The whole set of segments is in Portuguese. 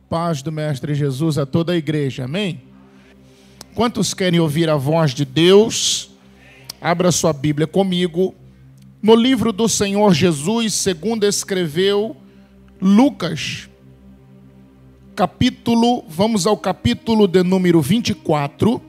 Paz do Mestre Jesus a toda a igreja, amém? Quantos querem ouvir a voz de Deus? Abra sua Bíblia comigo. No livro do Senhor Jesus, segundo escreveu Lucas, vamos ao capítulo de número 24.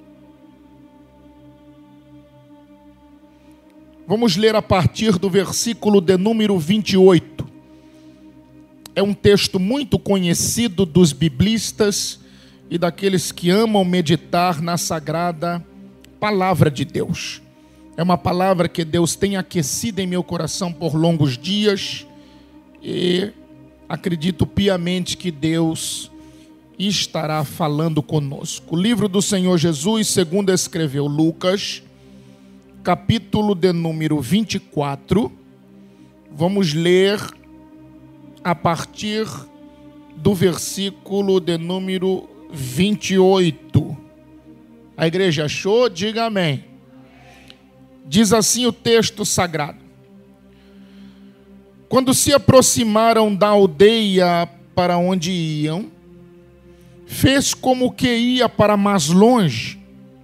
Vamos ler a partir do versículo de número 28. É um texto muito conhecido dos biblistas e daqueles que amam meditar na sagrada palavra de Deus. É uma palavra que Deus tem aquecido em meu coração por longos dias e acredito piamente que Deus estará falando conosco. O livro do Senhor Jesus, segundo escreveu Lucas, capítulo de número 24, vamos ler a partir do versículo de número 28. A igreja achou? Diga amém. Diz assim o texto sagrado: quando se aproximaram da aldeia para onde iam, fez como que ia para mais longe,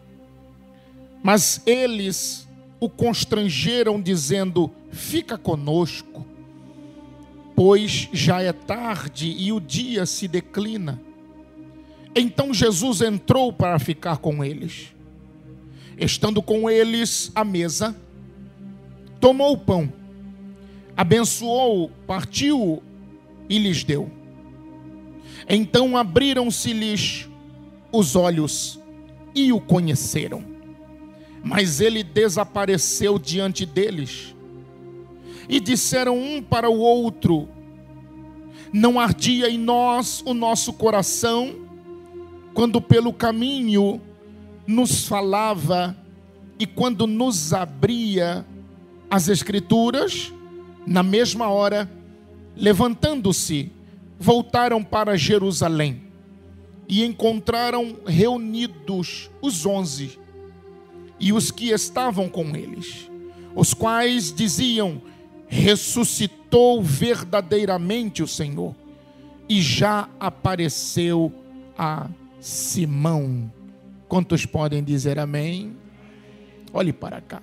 mas eles o constrangeram, dizendo: fica conosco, pois já é tarde e o dia se declina. Então Jesus entrou para ficar com eles. Estando com eles à mesa, tomou o pão, abençoou, partiu e lhes deu. Então abriram-se-lhes os olhos e o conheceram. Mas ele desapareceu diante deles. E disseram um para o outro: não ardia em nós o nosso coração, quando pelo caminho nos falava e quando nos abria as Escrituras? Na mesma hora, levantando-se, voltaram para Jerusalém e encontraram reunidos os 11 e os que estavam com eles, os quais diziam: ressuscitou verdadeiramente o Senhor e já apareceu a Simão. Quantos podem dizer amém? Olhe para cá.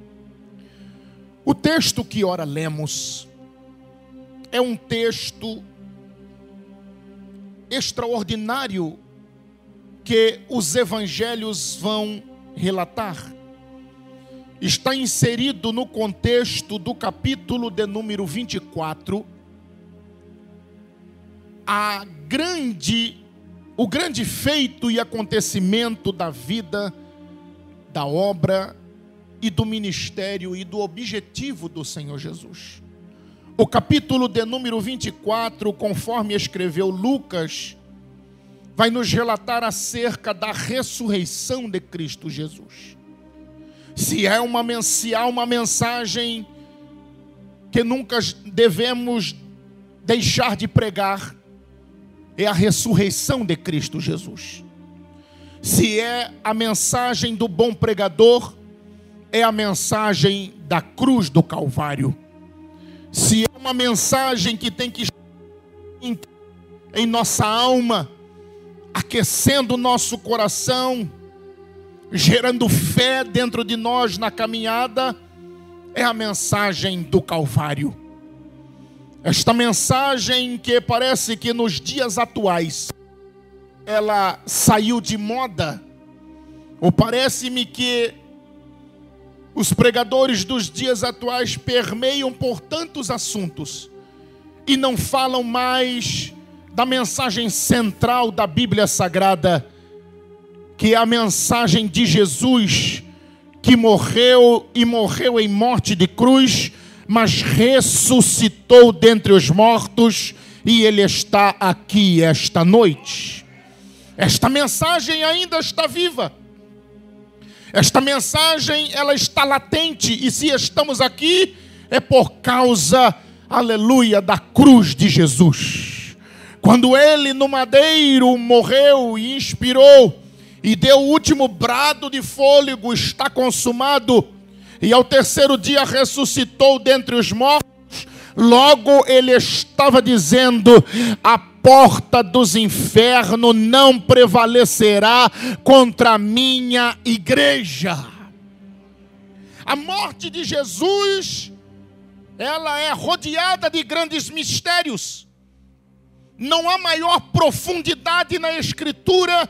O texto que ora lemos é um texto extraordinário que os evangelhos vão relatar. Está inserido no contexto do capítulo de número 24, o grande feito e acontecimento da vida, da obra e do ministério e do objetivo do Senhor Jesus. O capítulo de número 24, conforme escreveu Lucas, vai nos relatar acerca da ressurreição de Cristo Jesus. Se há uma mensagem que nunca devemos deixar de pregar, é a ressurreição de Cristo Jesus. Se é a mensagem do bom pregador, é a mensagem da cruz do Calvário. Se é uma mensagem que tem que estar em nossa alma, aquecendo o nosso coração, gerando fé dentro de nós na caminhada, é a mensagem do Calvário. Esta mensagem que parece que nos dias atuais ela saiu de moda, ou parece-me que os pregadores dos dias atuais permeiam por tantos assuntos e não falam mais da mensagem central da Bíblia Sagrada, que é a mensagem de Jesus, que morreu em morte de cruz, mas ressuscitou dentre os mortos, e Ele está aqui esta noite. Esta mensagem ainda está viva. Esta mensagem, ela está latente, e se estamos aqui, é por causa, aleluia, da cruz de Jesus. Quando Ele no madeiro morreu e inspirou, e deu o último brado de fôlego: está consumado. E ao terceiro dia ressuscitou dentre os mortos. Logo ele estava dizendo: a porta dos infernos não prevalecerá contra a minha igreja. A morte de Jesus, ela é rodeada de grandes mistérios. Não há maior profundidade na Escritura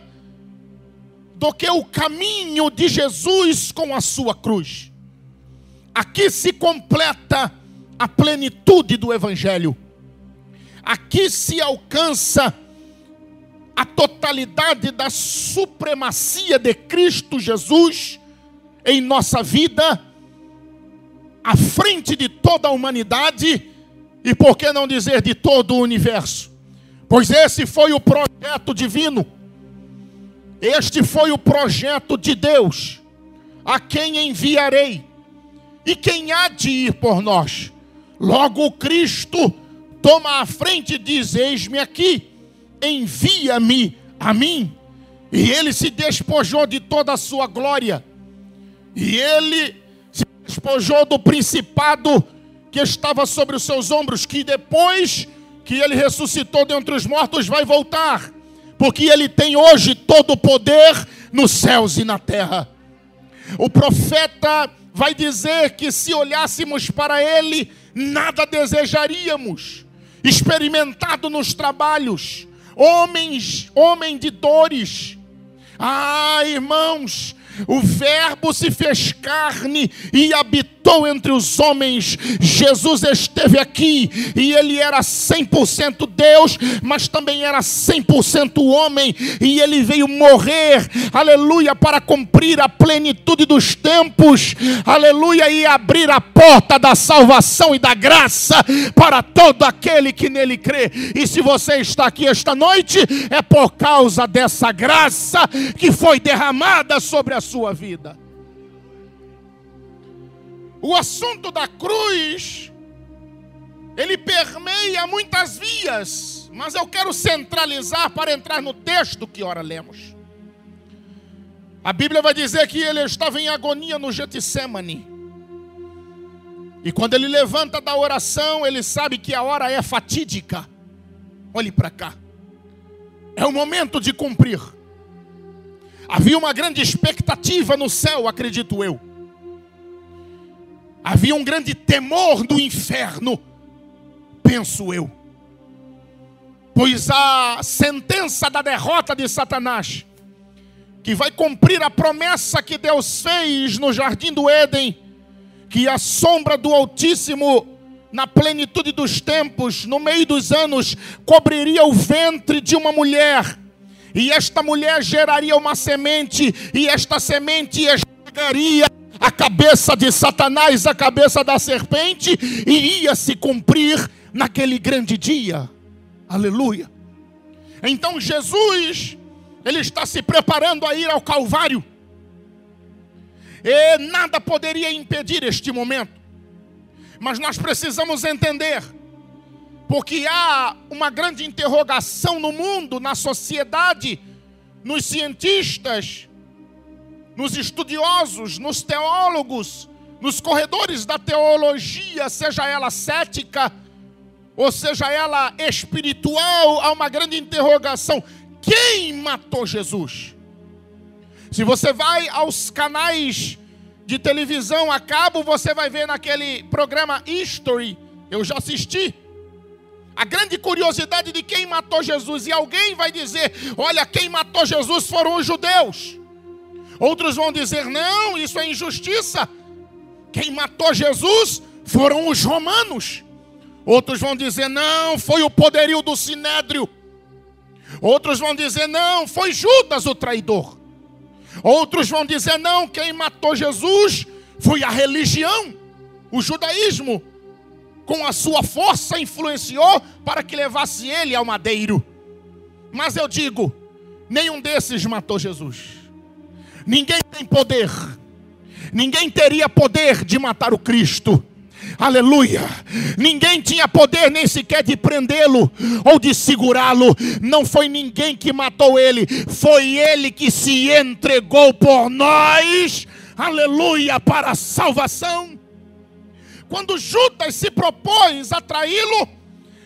do que o caminho de Jesus com a sua cruz. Aqui se completa a plenitude do Evangelho. Aqui se alcança a totalidade da supremacia de Cristo Jesus em nossa vida, à frente de toda a humanidade e, por que não dizer, de todo o universo. Pois esse foi o projeto divino. Este foi o projeto de Deus, a quem enviarei. E quem há de ir por nós? Logo o Cristo toma a frente e diz: eis-me aqui, envia-me a mim. E ele se despojou de toda a sua glória. E ele se despojou do principado que estava sobre os seus ombros, que depois que ele ressuscitou dentre os mortos vai voltar. Porque ele tem hoje todo o poder nos céus e na terra. O profeta vai dizer que se olhássemos para ele, nada desejaríamos. Experimentado nos trabalhos, homem de dores. Ah, irmãos, o Verbo se fez carne e habitou entre os homens. Jesus esteve aqui e ele era 100% Deus, mas também era 100% homem. E ele veio morrer, aleluia, para cumprir a plenitude dos tempos, aleluia, e abrir a porta da salvação e da graça para todo aquele que nele crê. E se você está aqui esta noite, é por causa dessa graça que foi derramada sobre a sua vida. O assunto da cruz, ele permeia muitas vias, mas eu quero centralizar para entrar no texto que ora lemos. A Bíblia vai dizer que ele estava em agonia no Getsemane. E quando ele levanta da oração, ele sabe que a hora é fatídica. Olhe para cá. É o momento de cumprir. Havia uma grande expectativa no céu, acredito eu. Havia um grande temor do inferno, penso eu. Pois a sentença da derrota de Satanás, que vai cumprir a promessa que Deus fez no jardim do Éden, que a sombra do Altíssimo, na plenitude dos tempos, no meio dos anos, cobriria o ventre de uma mulher. E esta mulher geraria uma semente, e esta semente esmagaria a cabeça de Satanás, a cabeça da serpente, e ia se cumprir naquele grande dia. Aleluia. Então Jesus, ele está se preparando a ir ao Calvário. E nada poderia impedir este momento. Mas nós precisamos entender, porque há uma grande interrogação no mundo, na sociedade, nos cientistas, nos estudiosos, nos teólogos, nos corredores da teologia, seja ela cética ou seja ela espiritual, há uma grande interrogação: quem matou Jesus? Se você vai aos canais de televisão a cabo, você vai ver naquele programa History, eu já assisti, a grande curiosidade de quem matou Jesus. E alguém vai dizer: olha, quem matou Jesus foram os judeus. Outros vão dizer: não, isso é injustiça. Quem matou Jesus foram os romanos. Outros vão dizer: não, foi o poderio do sinédrio. Outros vão dizer: não, foi Judas o traidor. Outros vão dizer: não, quem matou Jesus foi a religião, o judaísmo, com a sua força influenciou para que levasse ele ao madeiro. Mas eu digo, nenhum desses matou Jesus. Ninguém tem poder, ninguém teria poder de matar o Cristo. Aleluia. Ninguém tinha poder nem sequer de prendê-lo ou de segurá-lo. Não foi ninguém que matou ele, foi ele que se entregou por nós, aleluia, para a salvação. Quando Judas se propôs a traí-lo,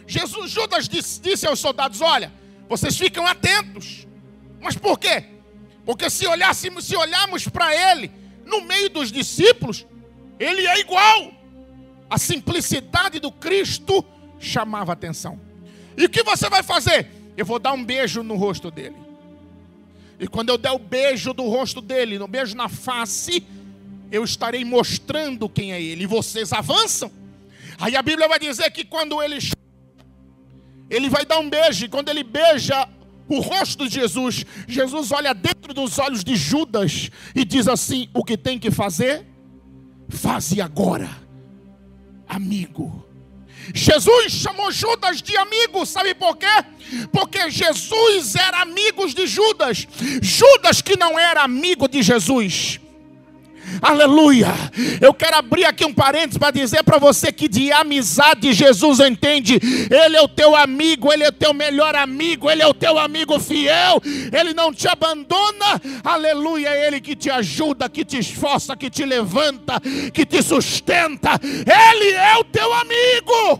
Judas disse aos soldados: olha, vocês ficam atentos. Mas por quê? Porque se olharmos para ele, no meio dos discípulos, ele é igual. A simplicidade do Cristo chamava atenção. E o que você vai fazer? Eu vou dar um beijo no rosto dele. E quando eu der o beijo do rosto dele, um beijo na face, eu estarei mostrando quem é ele. E vocês avançam. Aí a Bíblia vai dizer que quando ele vai dar um beijo, e quando ele beija o rosto de Jesus, Jesus olha dentro dos olhos de Judas e diz assim: o que tem que fazer, faze agora, amigo. Jesus chamou Judas de amigo, sabe por quê? Porque Jesus era amigo de Judas. Judas que não era amigo de Jesus. Aleluia. Eu quero abrir aqui um parênteses para dizer para você que de amizade Jesus entende. Ele é o teu amigo, ele é o teu melhor amigo, ele é o teu amigo fiel. Ele não te abandona. Aleluia. É ele que te ajuda, que te esforça, que te levanta, que te sustenta. Ele é o teu amigo.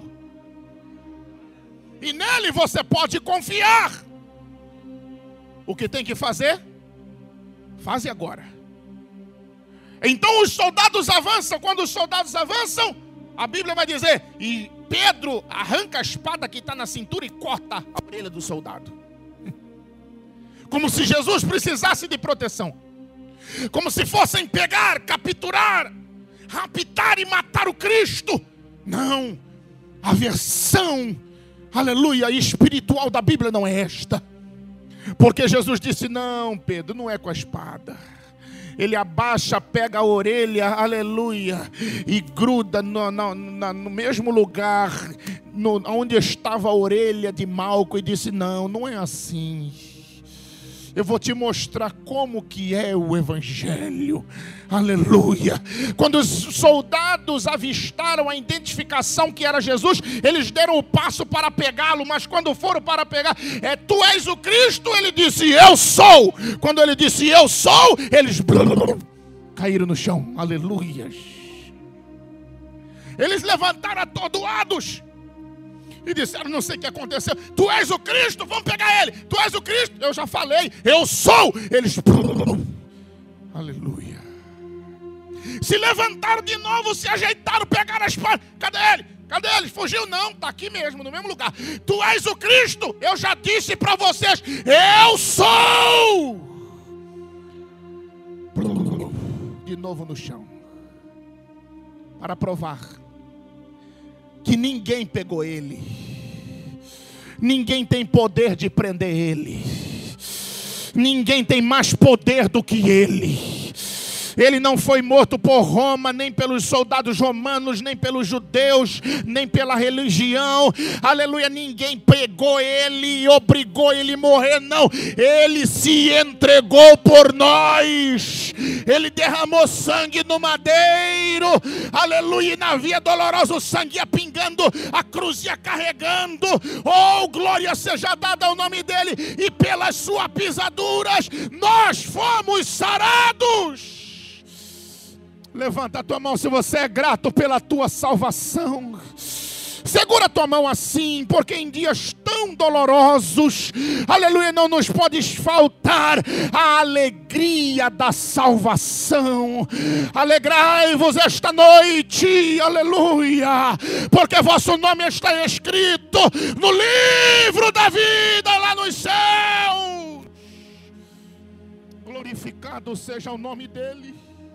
E nele você pode confiar. O que tem que fazer? Faze agora. Então os soldados avançam. Quando os soldados avançam, a Bíblia vai dizer, e Pedro arranca a espada que está na cintura e corta a orelha do soldado. Como se Jesus precisasse de proteção. Como se fossem pegar, capturar, raptar e matar o Cristo. Não. A versão, aleluia, espiritual da Bíblia não é esta. Porque Jesus disse: não, Pedro, não é com a espada. Ele abaixa, pega a orelha, aleluia, e gruda no mesmo lugar onde estava a orelha de Malco, e disse: não, não é assim. Eu vou te mostrar como que é o Evangelho. Aleluia. Quando os soldados avistaram a identificação que era Jesus, eles deram o passo para pegá-lo. Mas quando foram para pegar, tu és o Cristo? Ele disse: eu sou. Quando ele disse: eu sou, eles caíram no chão. Aleluia. Eles levantaram atordoados e disseram: não sei o que aconteceu. Tu és o Cristo, vamos pegar ele. Tu és o Cristo. Eu já falei, eu sou. Eles, aleluia. Se levantaram de novo, se ajeitaram, pegaram a espada. Cadê ele? Cadê ele? Fugiu? Não, está aqui mesmo, no mesmo lugar. Tu és o Cristo. Eu já disse para vocês, eu sou. De novo no chão. Para provar que ninguém pegou ele. Ninguém tem poder de prender ele. Ninguém tem mais poder do que ele. Ele não foi morto por Roma, nem pelos soldados romanos, nem pelos judeus, nem pela religião. Aleluia, ninguém pegou ele e obrigou ele a morrer, não. Ele se entregou por nós. Ele derramou sangue no madeiro. Aleluia, e na via dolorosa o sangue ia pingando, a cruz ia carregando. Oh, glória seja dada ao nome dele. E pelas suas pisaduras nós fomos sarados. Levanta a tua mão se você é grato pela tua salvação. Segura a tua mão assim, porque em dias tão dolorosos, aleluia, não nos pode faltar a alegria da salvação. Alegrai-vos esta noite, aleluia, porque vosso nome está escrito no livro da vida lá nos céus. Glorificado seja o nome dele.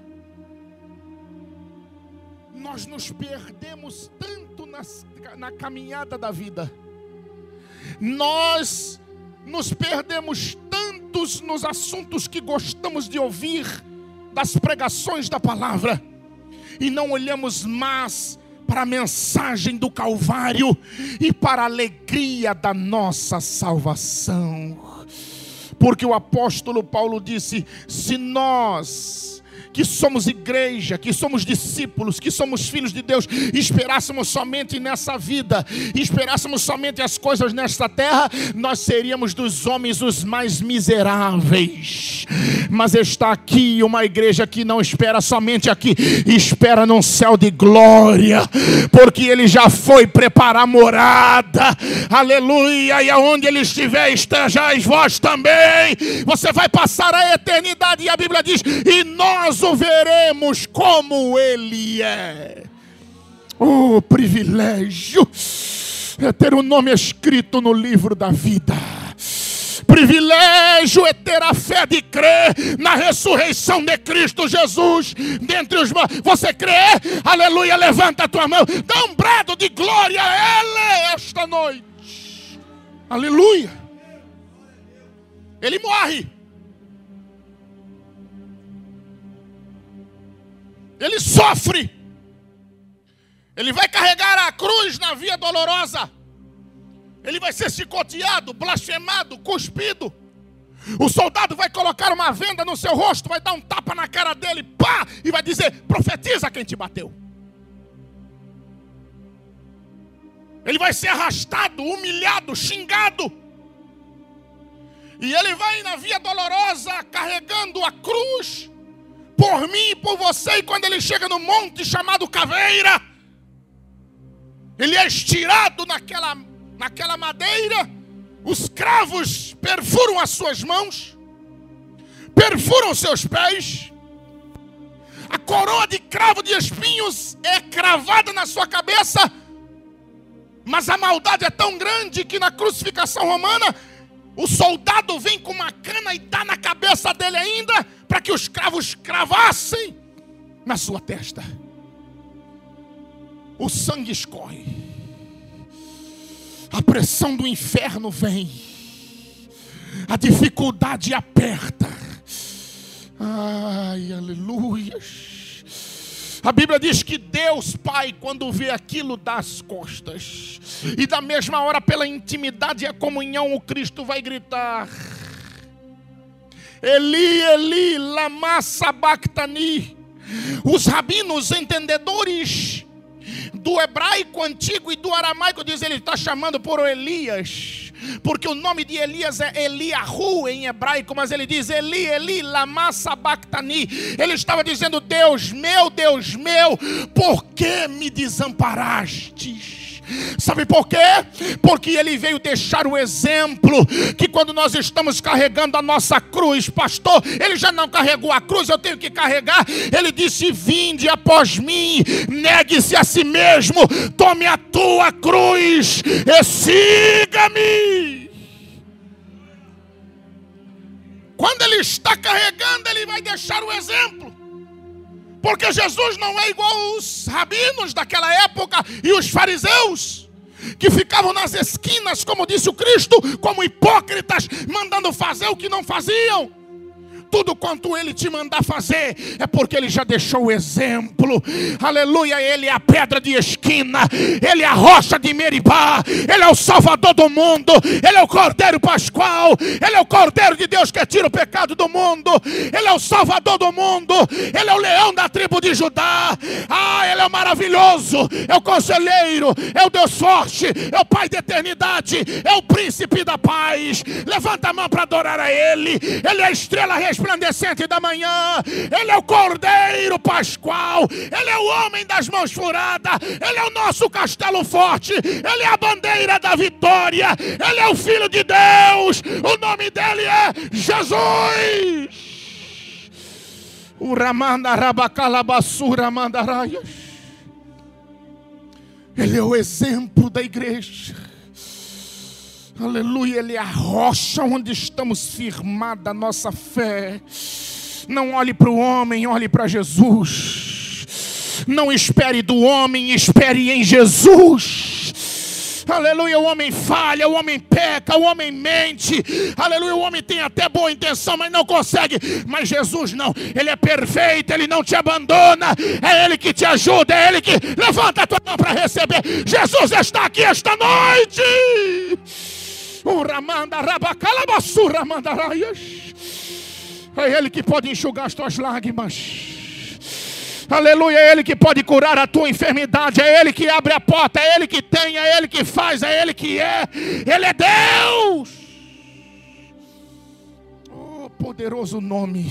Nós nos perdemos tanto na caminhada da vida. Nós nos perdemos tantos nos assuntos que gostamos de ouvir, das pregações da palavra, e não olhamos mais para a mensagem do Calvário e para a alegria da nossa salvação. Porque o apóstolo Paulo disse: se nós que somos igreja, que somos discípulos, que somos filhos de Deus, esperássemos somente nessa vida, esperássemos somente as coisas nesta terra, nós seríamos dos homens os mais miseráveis. Mas está aqui uma igreja que não espera somente aqui, espera num céu de glória, porque Ele já foi preparar morada, aleluia, e aonde Ele estiver, estejais vós também. Você vai passar a eternidade, e a Bíblia diz, e nós o veremos como Ele é. Oh, privilégio é ter o nome escrito no livro da vida. Privilégio é ter a fé de crer na ressurreição de Cristo Jesus dentre os mortos. Você crê? Aleluia, levanta a tua mão, dá um brado de glória a Ele esta noite. Aleluia. Ele morre. Ele sofre. Ele vai carregar a cruz na via dolorosa. Ele vai ser chicoteado, blasfemado, cuspido. O soldado vai colocar uma venda no seu rosto, vai dar um tapa na cara dele, pá, e vai dizer, profetiza quem te bateu. Ele vai ser arrastado, humilhado, xingado. E ele vai na via dolorosa carregando a cruz por mim e por você. E quando ele chega no monte chamado Caveira, ele é estirado naquela madeira. Os cravos perfuram as suas mãos, perfuram seus pés. A coroa de cravo de espinhos é cravada na sua cabeça. Mas a maldade é tão grande que na crucificação romana, o soldado vem com uma cana e dá na cabeça dele ainda, para que os cravos cravassem na sua testa. O sangue escorre. A pressão do inferno vem. A dificuldade aperta. Ai, aleluia. A Bíblia diz que Deus Pai, quando vê aquilo, dá as costas. E da mesma hora, pela intimidade e a comunhão, o Cristo vai gritar: Eli, Eli, lama sabachthani. Os rabinos entendedores do hebraico antigo e do aramaico dizem, ele está chamando por Elias, porque o nome de Elias é Eliahu em hebraico, mas ele diz Eli, Eli, lama sabachthani. Ele estava dizendo, Deus meu, por que me desamparastes? Sabe por quê? Porque ele veio deixar o exemplo que quando nós estamos carregando a nossa cruz, pastor, ele já não carregou a cruz, eu tenho que carregar. Ele disse, vinde após mim, negue-se a si mesmo, tome a tua cruz e siga-me. Quando ele está carregando, ele vai deixar o exemplo. Porque Jesus não é igual os rabinos daquela época e os fariseus, que ficavam nas esquinas, como disse o Cristo, como hipócritas, mandando fazer o que não faziam. Tudo quanto ele te mandar fazer é porque ele já deixou o exemplo. Aleluia, ele é a pedra de esquina, ele é a rocha de Meribá, ele é o salvador do mundo, ele é o cordeiro pascual, ele é o cordeiro de Deus que tira o pecado do mundo, ele é o salvador do mundo, ele é o leão da tribo de Judá. Ah, ele é maravilhoso, é o conselheiro, é o Deus forte, é o Pai da eternidade, é o príncipe da paz. Levanta a mão para adorar a ele. Ele é a estrela resplandecente da manhã, ele é o cordeiro pascual, ele é o homem das mãos furadas, ele é o nosso castelo forte, ele é a bandeira da vitória, ele é o Filho de Deus, o nome dele é Jesus. Ele é o exemplo da igreja. Aleluia, ele é a rocha onde estamos firmada a nossa fé. Não olhe para o homem, olhe para Jesus. Não espere do homem, espere em Jesus. Aleluia, o homem falha, o homem peca, o homem mente. Aleluia, o homem tem até boa intenção, mas não consegue. Mas Jesus não, ele é perfeito, ele não te abandona. É ele que te ajuda, é ele que levanta a tua mão para receber. Jesus está aqui esta noite. É ele que pode enxugar as tuas lágrimas. Aleluia, é Ele que pode curar a tua enfermidade, é Ele que abre a porta, é Ele que tem, é Ele que faz, é Ele que é. Ele é Deus. Oh, poderoso nome.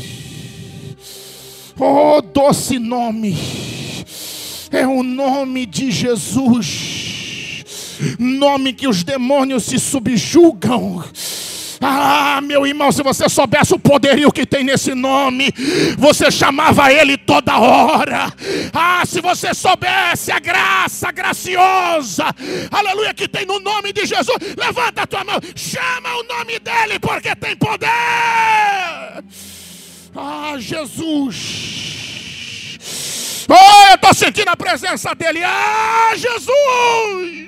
Oh, doce nome. É o nome de Jesus. Nome que os demônios se subjugam. Ah, meu irmão, se você soubesse o poderio que tem nesse nome, você chamava Ele toda hora. Ah, se você soubesse a graça graciosa, aleluia, que tem no nome de Jesus, levanta a tua mão, chama o nome dEle, porque tem poder. Ah, Jesus. Oh, eu estou sentindo a presença dEle. Ah, Jesus,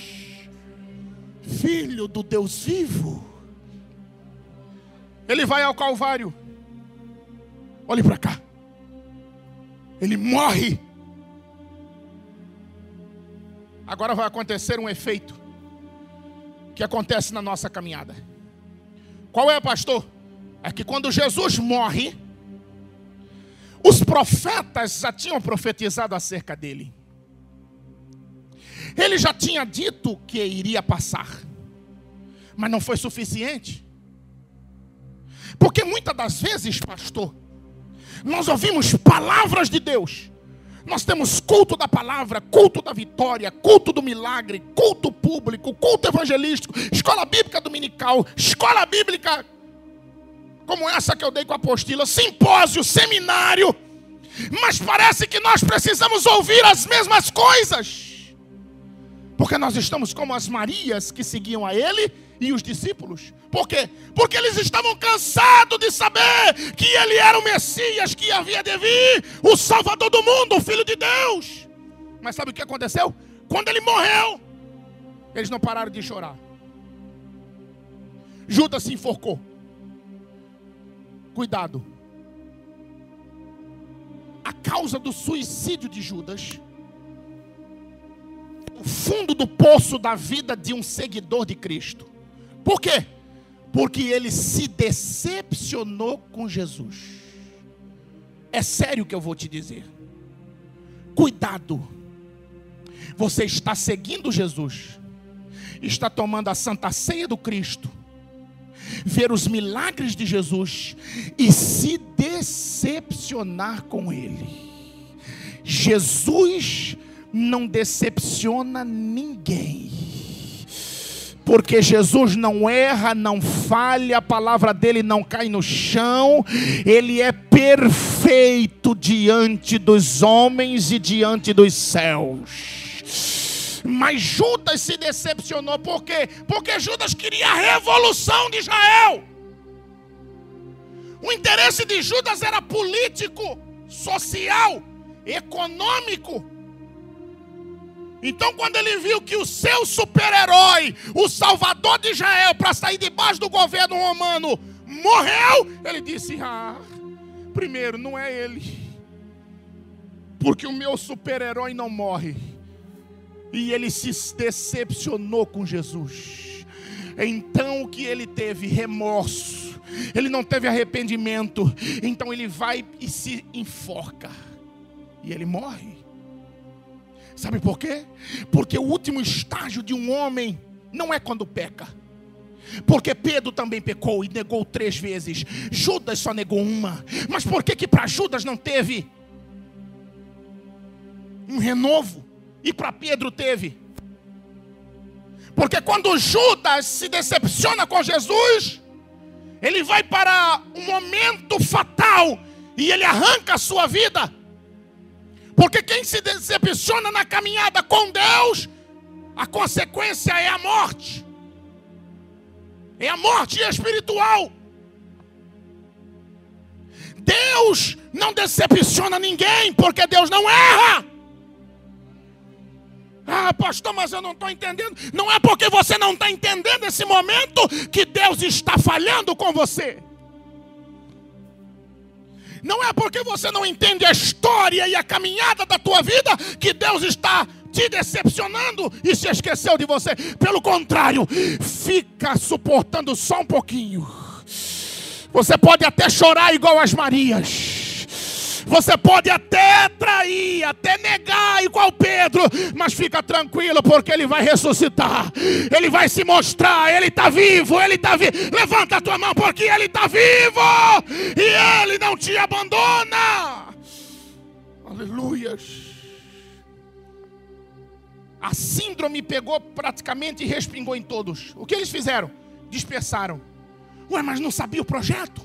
Filho do Deus vivo. Ele vai ao Calvário. Olhe para cá. Ele morre. Agora vai acontecer um efeito que acontece na nossa caminhada. Qual é, pastor? É que quando Jesus morre, os profetas já tinham profetizado acerca dele. Ele já tinha dito que iria passar, mas não foi suficiente. Porque muitas das vezes, pastor, nós ouvimos palavras de Deus. Nós temos culto da palavra, culto da vitória, culto do milagre, culto público, culto evangelístico, escola bíblica dominical, escola bíblica como essa que eu dei com a apostila, simpósio, seminário. Mas parece que nós precisamos ouvir as mesmas coisas. Porque nós estamos como as Marias que seguiam a Ele e os discípulos. Por quê? Porque eles estavam cansados de saber que Ele era o Messias que havia de vir, o Salvador do mundo, o Filho de Deus. Mas sabe o que aconteceu? Quando Ele morreu, eles não pararam de chorar. Judas se enforcou. Cuidado. A causa do suicídio de Judas, o fundo do poço da vida de um seguidor de Cristo. Por quê? Porque ele se decepcionou com Jesus. É sério que eu vou te dizer. Cuidado. Você está seguindo Jesus, está tomando a Santa Ceia do Cristo, ver os milagres de Jesus e se decepcionar com Ele. Jesus não decepciona ninguém, porque Jesus não erra, não falha, a palavra dele não cai no chão. Ele é perfeito diante dos homens e diante dos céus. Mas Judas se decepcionou. Por quê? Porque Judas queria a revolução de Israel. O interesse de Judas era político, social, econômico. Então, quando ele viu que o seu super-herói, o Salvador de Israel, para sair debaixo do governo romano, morreu, ele disse: primeiro, não é ele, porque o meu super-herói não morre. E ele se decepcionou com Jesus. Então, o que ele teve? Remorso. Ele não teve arrependimento. Então, ele vai e se enforca. E ele morre. Sabe por quê? Porque o último estágio de um homem não é quando peca. Porque Pedro também pecou e negou 3 vezes. Judas só negou uma. Mas por que para Judas não teve um renovo e para Pedro teve? Porque quando Judas se decepciona com Jesus, ele vai para um momento fatal e ele arranca a sua vida. Porque quem se decepciona na caminhada com Deus, a consequência é a morte. É a morte espiritual. Deus não decepciona ninguém, porque Deus não erra. Pastor, mas eu não estou entendendo. Não é porque você não está entendendo esse momento que Deus está falhando com você. Não é porque você não entende a história e a caminhada da tua vida que Deus está te decepcionando e se esqueceu de você. Pelo contrário, fica suportando só um pouquinho. Você pode até chorar igual as Marias. Você pode até trair, até negar igual Pedro, mas fica tranquilo, porque ele vai ressuscitar. Ele vai se mostrar, ele está vivo, ele está vivo. Levanta a tua mão, porque ele está vivo e ele não te abandona. Aleluias. A síndrome pegou praticamente e respingou em todos. O que eles fizeram? Dispersaram. Ué, mas não sabia o projeto?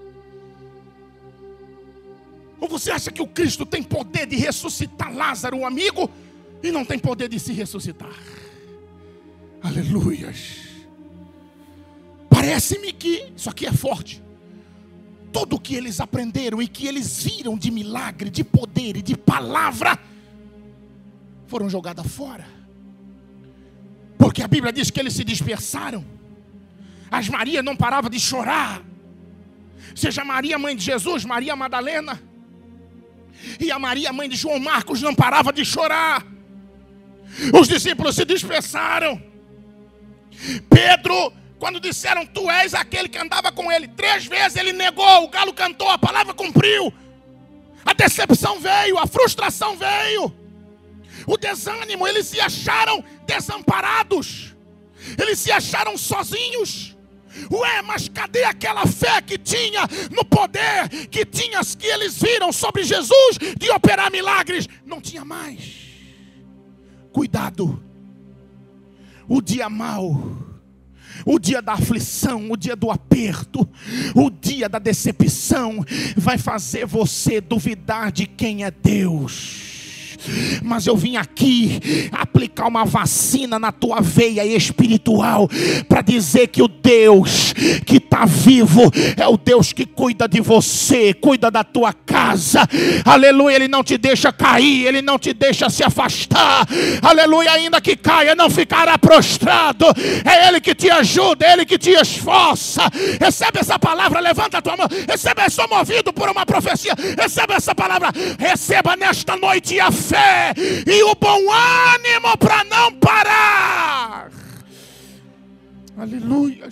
Ou você acha que o Cristo tem poder de ressuscitar Lázaro, um amigo, e não tem poder de se ressuscitar? Aleluias. Parece-me que isso aqui é forte. Tudo que eles aprenderam e que eles viram de milagre, de poder e de palavra, foram jogadas fora. Porque a Bíblia diz que eles se dispersaram. As Marias não paravam de chorar. Seja Maria, mãe de Jesus, Maria Madalena, e a Maria, mãe de João Marcos, não parava de chorar. Os discípulos se dispersaram. Pedro, quando disseram, tu és aquele que andava com ele, 3 vezes ele negou, o galo cantou, a palavra cumpriu. A decepção veio, a frustração veio, o desânimo, eles se acharam desamparados, eles se acharam sozinhos. Ué, mas cadê aquela fé que tinha no poder, que eles viram sobre Jesus de operar milagres? Não tinha mais. Cuidado, o dia mau, o dia da aflição, o dia do aperto, o dia da decepção vai fazer você duvidar de quem é Deus. Mas eu vim aqui aplicar uma vacina na tua veia espiritual para dizer que o Deus que está vivo é o Deus que cuida de você, cuida da tua casa. Aleluia, Ele não te deixa cair, Ele não te deixa se afastar. Aleluia, ainda que caia, não ficará prostrado. É Ele que te ajuda, é Ele que te esforça. Recebe essa palavra, levanta a tua mão. Recebe, eu sou movido por uma profecia. Recebe essa palavra, receba nesta noite a fé e o bom ânimo para não parar. Aleluia.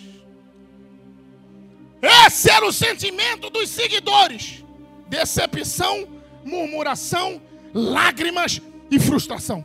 Esse era o sentimento dos seguidores: decepção, murmuração, lágrimas e frustração.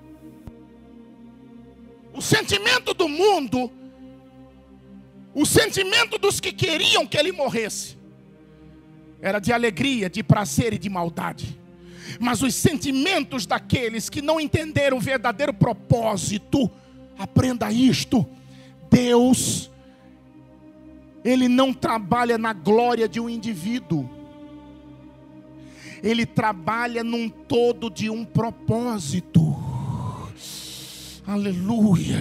O sentimento do mundo, o sentimento dos que queriam que ele morresse, era de alegria, de prazer e de maldade. Mas os sentimentos daqueles que não entenderam o verdadeiro propósito, aprenda isto: Deus, Ele não trabalha na glória de um indivíduo, Ele trabalha num todo de um propósito. Aleluia.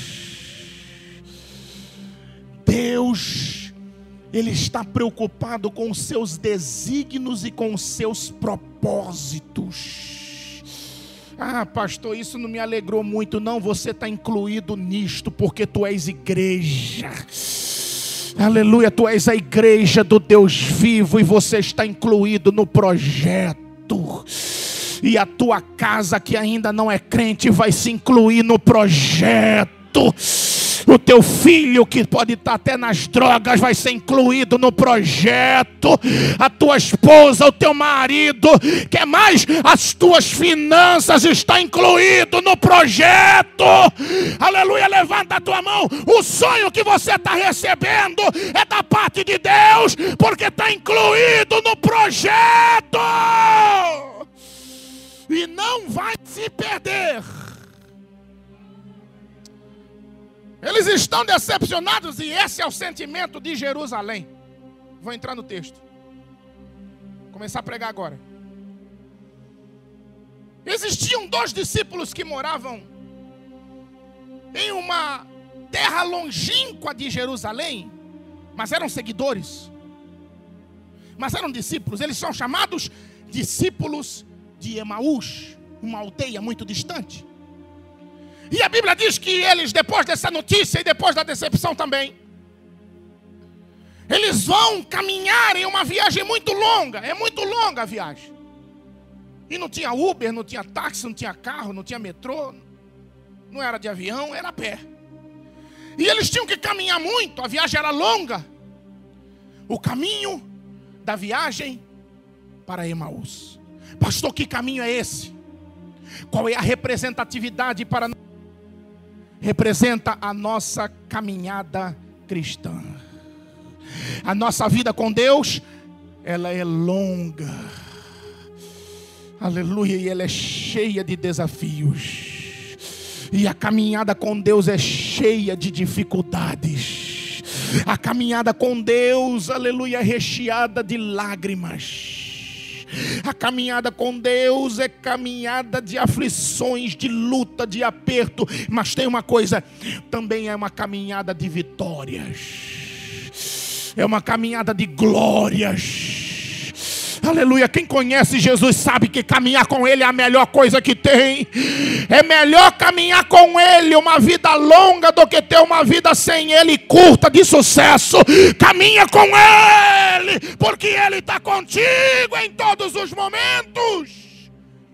Deus, Ele está preocupado com os seus desígnios e com os seus propósitos. Ah, pastor, isso não me alegrou muito. Não, você está incluído nisto, porque tu és igreja. Aleluia, tu és a igreja do Deus vivo e você está incluído no projeto. E a tua casa que ainda não é crente vai se incluir no projeto. O teu filho que pode estar até nas drogas vai ser incluído no projeto. A tua esposa, o teu marido, quer mais? As tuas finanças estão incluído no projeto. Aleluia, levanta a tua mão. O sonho que você está recebendo é da parte de Deus, porque está incluído no projeto. E não vai se perder. Eles estão decepcionados e esse é o sentimento de Jerusalém. Vou entrar no texto. Começar a pregar agora. Existiam 2 discípulos que moravam em uma terra longínqua de Jerusalém, mas eram seguidores. Mas eram discípulos. Eles são chamados discípulos de Emaús, uma aldeia muito distante. E a Bíblia diz que eles, depois dessa notícia e depois da decepção também, eles vão caminhar em uma viagem muito longa. É muito longa a viagem. E não tinha Uber, não tinha táxi, não tinha carro, não tinha metrô. Não era de avião, era a pé. E eles tinham que caminhar muito, a viagem era longa. O caminho da viagem para Emaús. Pastor, que caminho é esse? Qual é a representatividade para nós? Representa a nossa caminhada cristã. A nossa vida com Deus, ela é longa. Aleluia, e ela é cheia de desafios. E a caminhada com Deus é cheia de dificuldades. A caminhada com Deus, aleluia, é recheada de lágrimas. A caminhada com Deus é caminhada de aflições, de luta, de aperto. Mas tem uma coisa, também é uma caminhada de vitórias. É uma caminhada de glórias. Aleluia, quem conhece Jesus sabe que caminhar com Ele é a melhor coisa que tem. É melhor caminhar com Ele uma vida longa do que ter uma vida sem Ele, curta, de sucesso. Caminha com Ele, porque Ele está contigo em todos os momentos.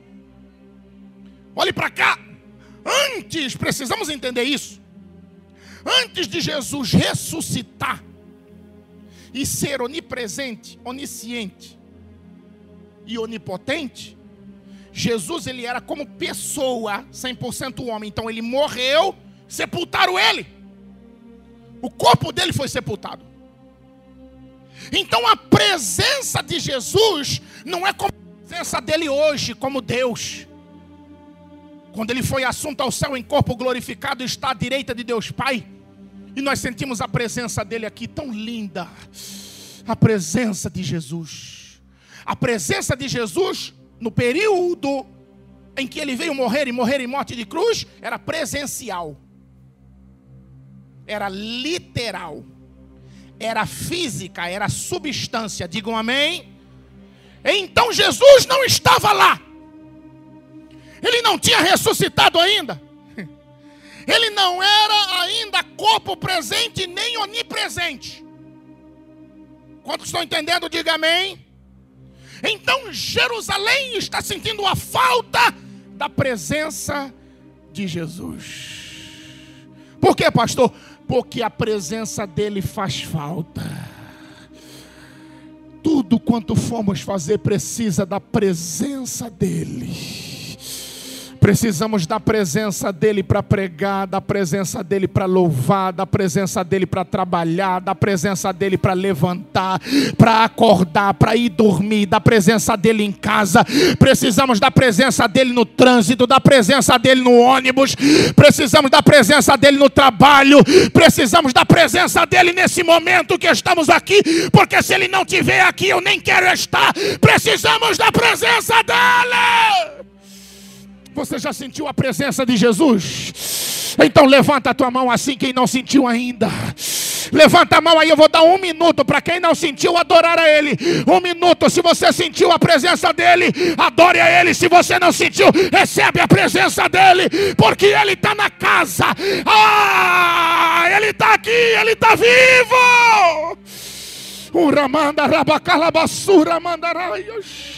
Olhe para cá. Antes, precisamos entender isso. Antes de Jesus ressuscitar e ser onipresente, onisciente e onipotente, Jesus, ele era como pessoa 100% homem. Então ele morreu, sepultaram ele. O corpo dele foi sepultado. Então a presença de Jesus não é como a presença dele hoje, como Deus. Quando ele foi assunto ao céu em corpo glorificado, está à direita de Deus Pai. E nós sentimos a presença dele aqui tão linda. A presença de Jesus. A presença de Jesus, no período em que ele veio morrer em morte de cruz, era presencial. Era literal. Era física, era substância. Digam amém. Então Jesus não estava lá. Ele não tinha ressuscitado ainda. Ele não era ainda corpo presente nem onipresente. Quantos estão entendendo? Diga amém. Então Jerusalém está sentindo a falta da presença de Jesus. Por quê, pastor? Porque a presença dele faz falta. Tudo quanto formos fazer precisa da presença dele. Precisamos da presença dele para pregar, da presença dele para louvar, da presença dele para trabalhar, da presença dele para levantar, para acordar, para ir dormir, da presença dele em casa. Precisamos da presença dele no trânsito, da presença dele no ônibus. Precisamos da presença dele no trabalho. Precisamos da presença dele nesse momento que estamos aqui, porque se ele não estiver aqui, eu nem quero estar. Precisamos da presença dele. Você já sentiu a presença de Jesus? Então levanta a tua mão assim, quem não sentiu ainda. Levanta a mão aí, eu vou dar 1 minuto para quem não sentiu adorar a Ele. 1 minuto, se você sentiu a presença dEle, adore a Ele. Se você não sentiu, recebe a presença dEle, porque Ele está na casa. Ele está aqui, Ele está vivo. Uramanda rabacalabassura mandaraias.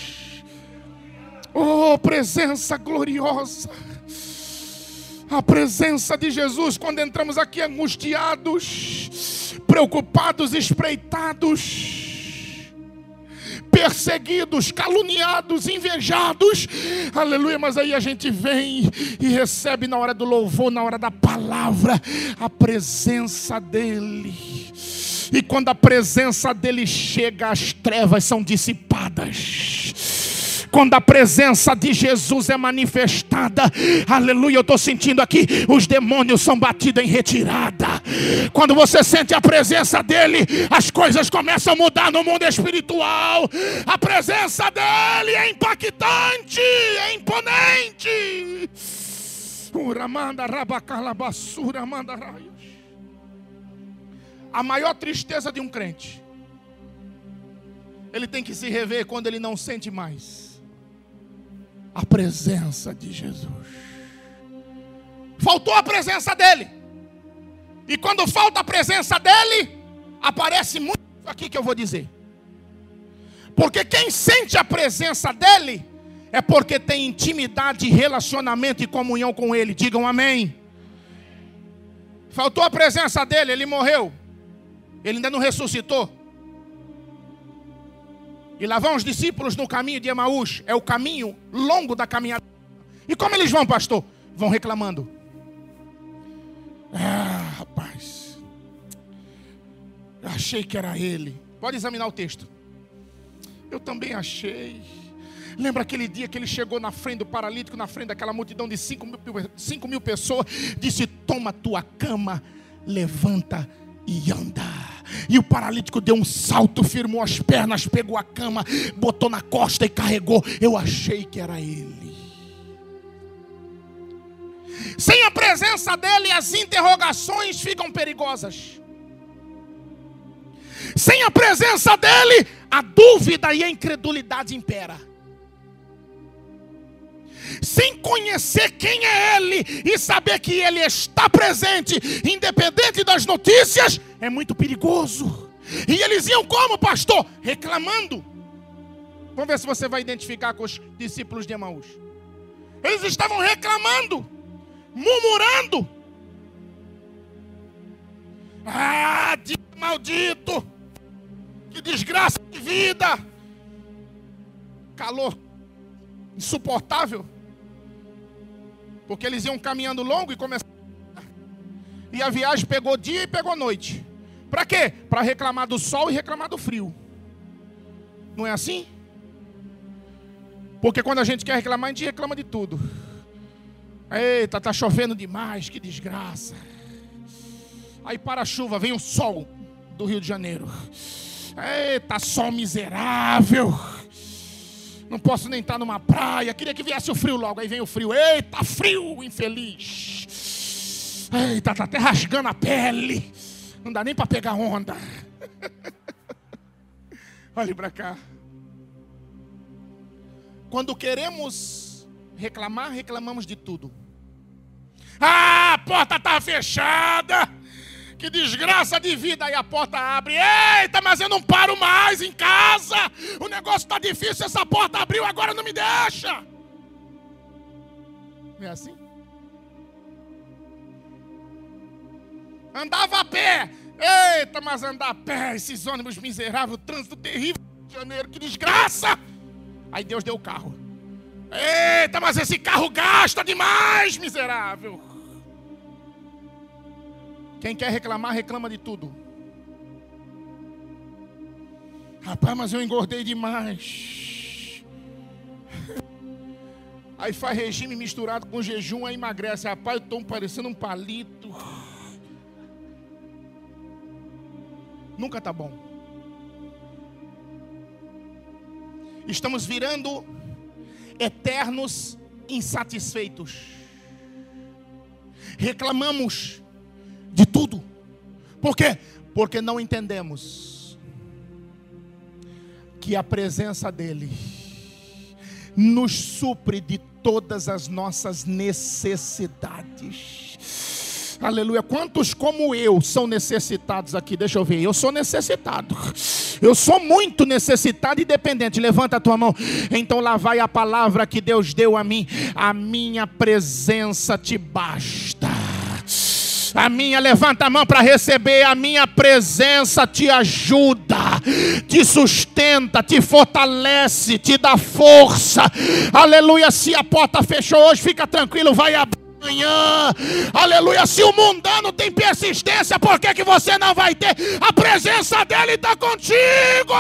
Oh, presença gloriosa. A presença de Jesus quando entramos aqui angustiados, preocupados, espreitados, perseguidos, caluniados, invejados. Aleluia, mas aí a gente vem e recebe na hora do louvor, na hora da palavra, a presença dEle. E quando a presença dEle chega, as trevas são dissipadas. Quando a presença de Jesus é manifestada, aleluia, eu estou sentindo aqui, os demônios são batidos em retirada. Quando você sente a presença dele, as coisas começam a mudar no mundo espiritual. A presença dele é impactante, é imponente. A maior tristeza de um crente, ele tem que se rever quando ele não sente mais a presença de Jesus. Faltou a presença dele. E quando falta a presença dele, aparece muito isso aqui que eu vou dizer. Porque quem sente a presença dele é porque tem intimidade, relacionamento e comunhão com ele. Digam amém. Faltou a presença dele, ele morreu. Ele ainda não ressuscitou. E lá vão os discípulos no caminho de Emaús. É o caminho longo da caminhada. E como eles vão, pastor? Vão reclamando. Ah, rapaz. Eu achei que era ele. Pode examinar o texto. Eu também achei. Lembra aquele dia que ele chegou na frente do paralítico, na frente daquela multidão de 5 mil pessoas, disse: toma tua cama, levanta e anda. E o paralítico deu um salto, firmou as pernas, pegou a cama, botou na costa e carregou. Eu achei que era ele. Sem a presença dele, as interrogações ficam perigosas. Sem a presença dele, a dúvida e a incredulidade impera. Sem conhecer quem é ele e saber que ele está presente, independente das notícias, é muito perigoso. E eles iam como, pastor? Reclamando. Vamos ver se você vai identificar com os discípulos de Emaús. Eles estavam reclamando, murmurando. Ah, dia maldito! Que desgraça de vida! Calor insuportável. Porque eles iam caminhando longo e começaram. E a viagem pegou dia e pegou noite. Para quê? Para reclamar do sol e reclamar do frio. Não é assim? Porque quando a gente quer reclamar, a gente reclama de tudo. Eita, tá chovendo demais, que desgraça. Aí para a chuva, vem o sol do Rio de Janeiro. Eita, sol miserável. Não posso nem estar numa praia. Queria que viesse o frio logo. Aí vem o frio. Eita, frio, infeliz. Eita, tá até rasgando a pele. Não dá nem para pegar onda. Olhe para cá. Quando queremos reclamar, reclamamos de tudo. Ah, a porta está fechada. Que desgraça de vida. Aí a porta abre. Eita, mas eu não paro mais em casa. O negócio está difícil. Essa porta abriu, agora não me deixa. Não é assim? Andava a pé. Eita, mas andar a pé. Esses ônibus miseráveis, o trânsito terrível do Rio de Janeiro. Que desgraça. Aí Deus deu o carro. Eita, mas esse carro gasta demais, miserável. Quem quer reclamar, reclama de tudo. Rapaz, mas eu engordei demais. Aí faz regime misturado com jejum, aí emagrece. Rapaz, eu estou parecendo um palito. Nunca está bom. Estamos virando eternos insatisfeitos. Reclamamos de tudo. Por quê? Porque não entendemos que a presença dele nos supre de todas as nossas necessidades. Aleluia. Quantos como eu são necessitados aqui? Deixa eu ver. Eu sou necessitado. Eu sou muito necessitado e dependente. Levanta a tua mão. Então lá vai a palavra que Deus deu a mim. A minha presença te basta. Levanta a mão para receber. A minha presença te ajuda, te sustenta, te fortalece, te dá força. Aleluia. Se a porta fechou hoje, fica tranquilo, vai abrir amanhã. Aleluia. Se o mundano tem persistência, por que você não vai ter? A presença dele está contigo.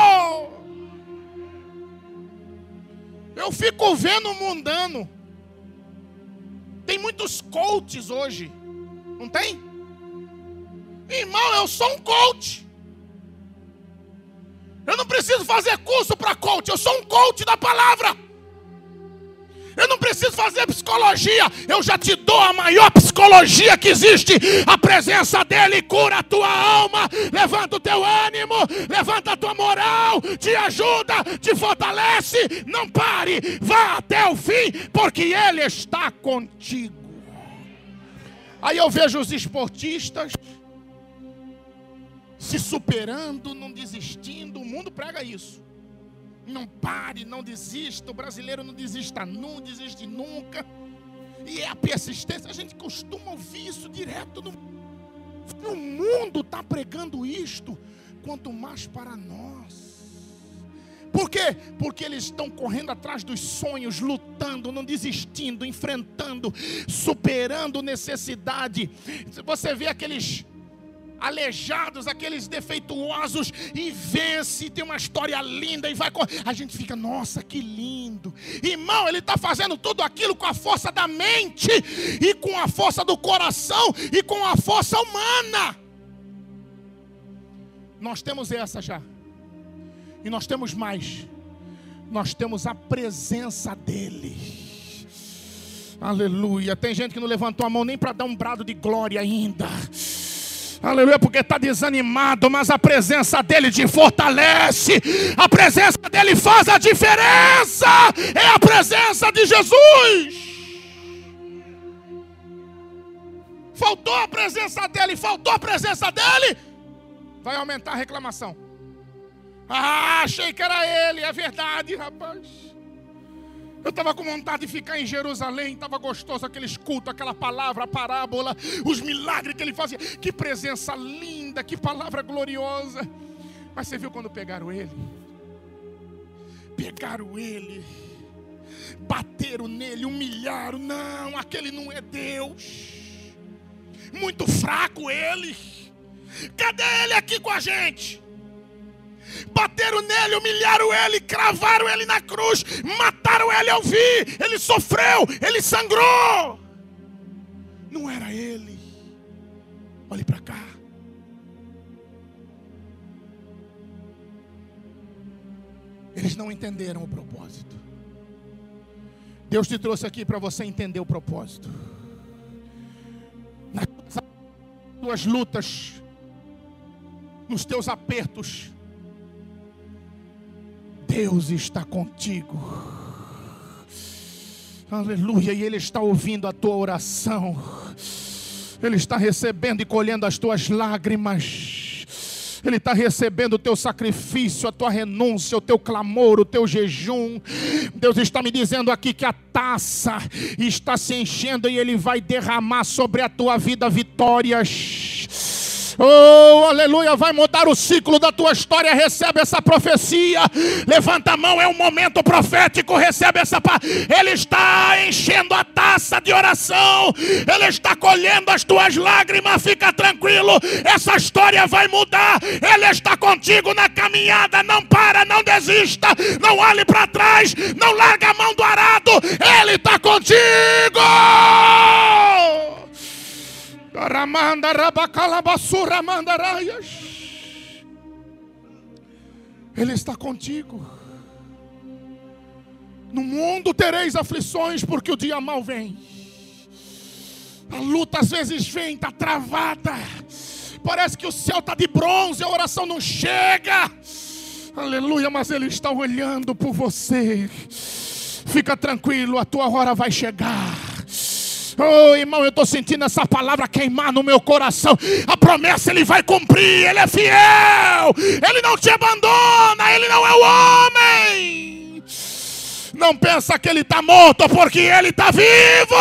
Eu fico vendo o mundano. Tem muitos coaches hoje. Não tem? Irmão, eu sou um coach. Eu não preciso fazer curso para coach. Eu sou um coach da palavra. Eu não preciso fazer psicologia. Eu já te dou a maior psicologia que existe. A presença dele cura a tua alma, levanta o teu ânimo, levanta a tua moral, te ajuda, te fortalece. Não pare, vá até o fim, porque ele está contigo. Aí eu vejo os esportistas se superando, não desistindo. O mundo prega isso. Não pare, não desista. O brasileiro não desista, não desiste nunca. E é a persistência. A gente costuma ouvir isso direto. O mundo está pregando isto. Quanto mais para nós. Por quê? Porque eles estão correndo atrás dos sonhos, lutando, não desistindo, enfrentando, superando necessidade. Você vê aqueles aleijados, aqueles defeituosos, e vence, tem uma história linda, e vai, a gente fica, nossa, que lindo. Irmão, ele está fazendo tudo aquilo com a força da mente, e com a força do coração, e com a força humana. Nós temos essa já, e nós temos mais. Nós temos a presença dele. Aleluia. Tem gente que não levantou a mão nem para dar um brado de glória ainda. Aleluia, porque está desanimado, mas a presença dele te fortalece. A presença dele faz a diferença. É a presença de Jesus. Faltou a presença dele, vai aumentar a reclamação. Ah, achei que era ele, é verdade, rapaz. Eu estava com vontade de ficar em Jerusalém, estava gostoso aqueles cultos, aquela palavra, a parábola, os milagres que ele fazia. Que presença linda, que palavra gloriosa. Mas você viu quando pegaram ele? Bateram nele, humilharam. Não, aquele não é Deus. Muito fraco ele. Cadê ele aqui com a gente? Bateram nele, humilharam ele, cravaram ele na cruz, mataram ele ao vir. Ele sofreu, ele sangrou. Não era ele. Olhe para cá. Eles não entenderam o propósito. Deus te trouxe aqui para você entender o propósito. Nas tuas lutas, nos teus apertos, Deus está contigo. Aleluia. E Ele está ouvindo a tua oração. Ele está recebendo e colhendo as tuas lágrimas. Ele está recebendo o teu sacrifício, a tua renúncia, o teu clamor, o teu jejum. Deus está me dizendo aqui que a taça está se enchendo e Ele vai derramar sobre a tua vida vitórias. Oh, aleluia, vai mudar o ciclo da tua história. Recebe essa profecia. Levanta a mão, é um momento profético. Recebe essa Ele está enchendo a taça de oração. Ele está colhendo as tuas lágrimas. Fica tranquilo, essa história vai mudar. Ele está contigo na caminhada. Não para, não desista, não olhe para trás, não larga a mão do arado. Ele está contigo. Ele está contigo. No mundo tereis aflições, porque o dia mau vem. A luta às vezes vem, está travada. Parece que o céu está de bronze, a oração não chega. Aleluia, mas Ele está olhando por você. Fica tranquilo, a tua hora vai chegar. Oh, irmão, eu estou sentindo essa palavra queimar no meu coração. A promessa Ele vai cumprir. Ele é fiel. Ele não te abandona. Ele não é o homem. Não pensa que Ele está morto, porque Ele está vivo.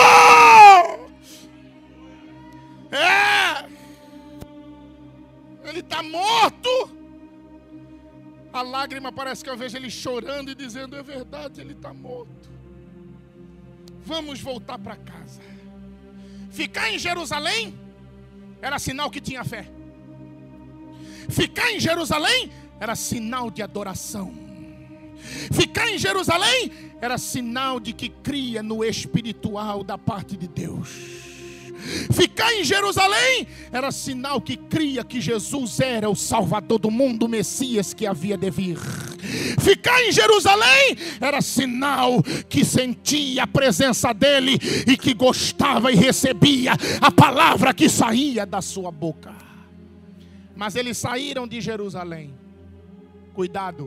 Ele está morto. A lágrima parece que eu vejo Ele chorando e dizendo: é verdade, Ele está morto. Vamos voltar para casa. Ficar em Jerusalém era sinal que tinha fé. Ficar em Jerusalém era sinal de adoração. Ficar em Jerusalém era sinal de que cria no espiritual da parte de Deus. Ficar em Jerusalém era sinal que cria que Jesus era o Salvador do mundo, o Messias que havia de vir. Ficar em Jerusalém era sinal que sentia a presença dele e que gostava e recebia a palavra que saía da sua boca. Mas eles saíram de Jerusalém. Cuidado.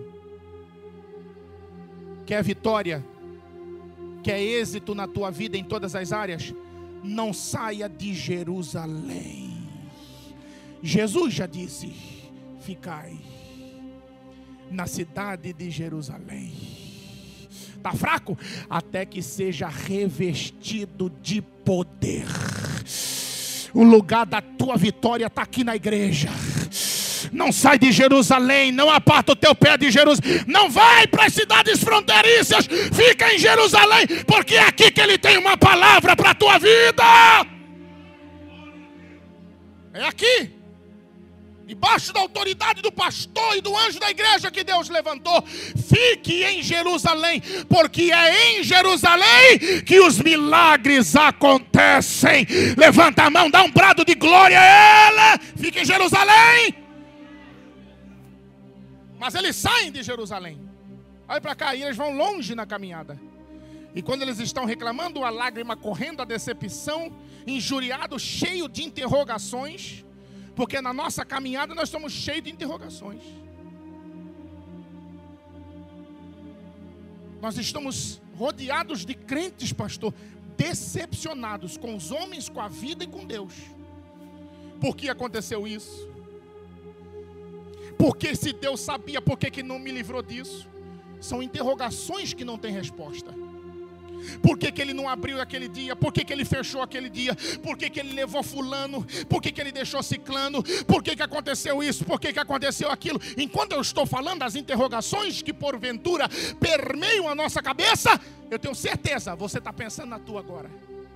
Quer vitória? Quer êxito na tua vida em todas as áreas? Não saia de Jerusalém. Jesus já disse: ficai na cidade de Jerusalém. Está fraco? Até que seja revestido de poder. O lugar da tua vitória está aqui na igreja. Não sai de Jerusalém, não aparta o teu pé de Jerusalém, não vai para as cidades fronteiriças, fica em Jerusalém, porque é aqui que Ele tem uma palavra para a tua vida. É aqui, debaixo da autoridade do pastor e do anjo da igreja que Deus levantou. Fique em Jerusalém, porque é em Jerusalém que os milagres acontecem. Levanta a mão, dá um brado de glória a Ele. Fique em Jerusalém. Mas eles saem de Jerusalém. Olha para cá, e eles vão longe na caminhada. E quando eles estão reclamando, a lágrima correndo, a decepção, injuriado, cheio de interrogações. Porque na nossa caminhada nós estamos cheios de interrogações. Nós estamos rodeados de crentes, pastor, decepcionados com os homens, com a vida e com Deus. Por que aconteceu isso? Porque se Deus sabia, por que não me livrou disso? São interrogações que não têm resposta. Por que Ele não abriu aquele dia? Por que Ele fechou aquele dia? Por que Ele levou fulano? Por que Ele deixou ciclano? Por que aconteceu isso? Por que aconteceu aquilo? Enquanto eu estou falando das interrogações que porventura permeiam a nossa cabeça, eu tenho certeza, você está pensando na tua agora.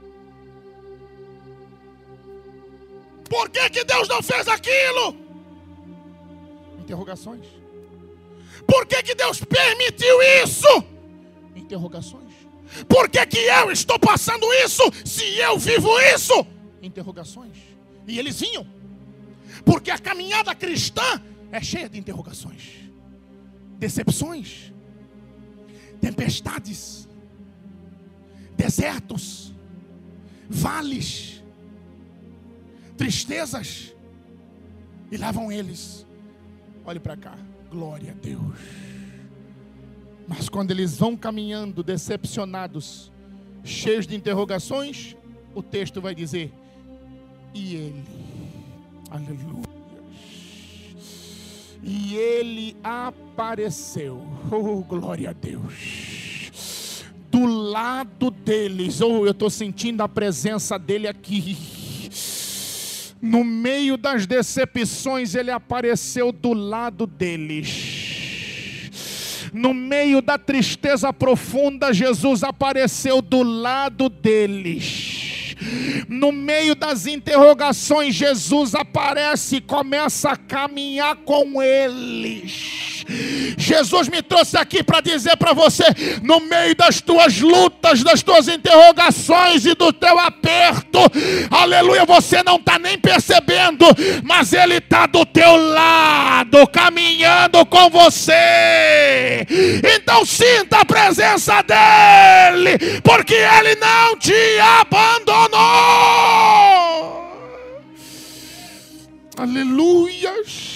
Por que Deus não fez aquilo? Interrogações. Por que Deus permitiu isso? Interrogações. Por que eu estou passando isso, se eu vivo isso? Interrogações. E eles vinham. Porque a caminhada cristã é cheia de interrogações, decepções, tempestades, desertos, vales, tristezas. E lá vão eles. Olhe para cá, glória a Deus. Mas quando eles vão caminhando decepcionados, cheios de interrogações, o texto vai dizer: e ele, aleluia, e ele apareceu, oh glória a Deus, do lado deles. Oh, eu estou sentindo a presença dele aqui. No meio das decepções, ele apareceu do lado deles. No meio da tristeza profunda, Jesus apareceu do lado deles. No meio das interrogações, Jesus aparece e começa a caminhar com eles. Jesus me trouxe aqui para dizer para você: no meio das tuas lutas, das tuas interrogações e do teu aperto, aleluia, você não está nem percebendo, mas Ele está do teu lado, caminhando com você. Então sinta a presença dEle, porque Ele não te abandonou. Aleluia.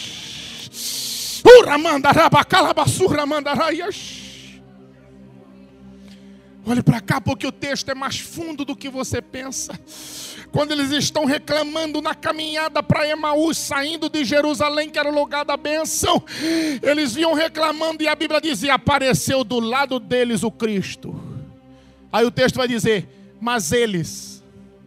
Olhe para cá, porque o texto é mais fundo do que você pensa. Quando eles estão reclamando na caminhada para Emaús, saindo de Jerusalém, que era o lugar da bênção, eles vinham reclamando e a Bíblia dizia: apareceu do lado deles o Cristo. Aí o texto vai dizer: mas eles,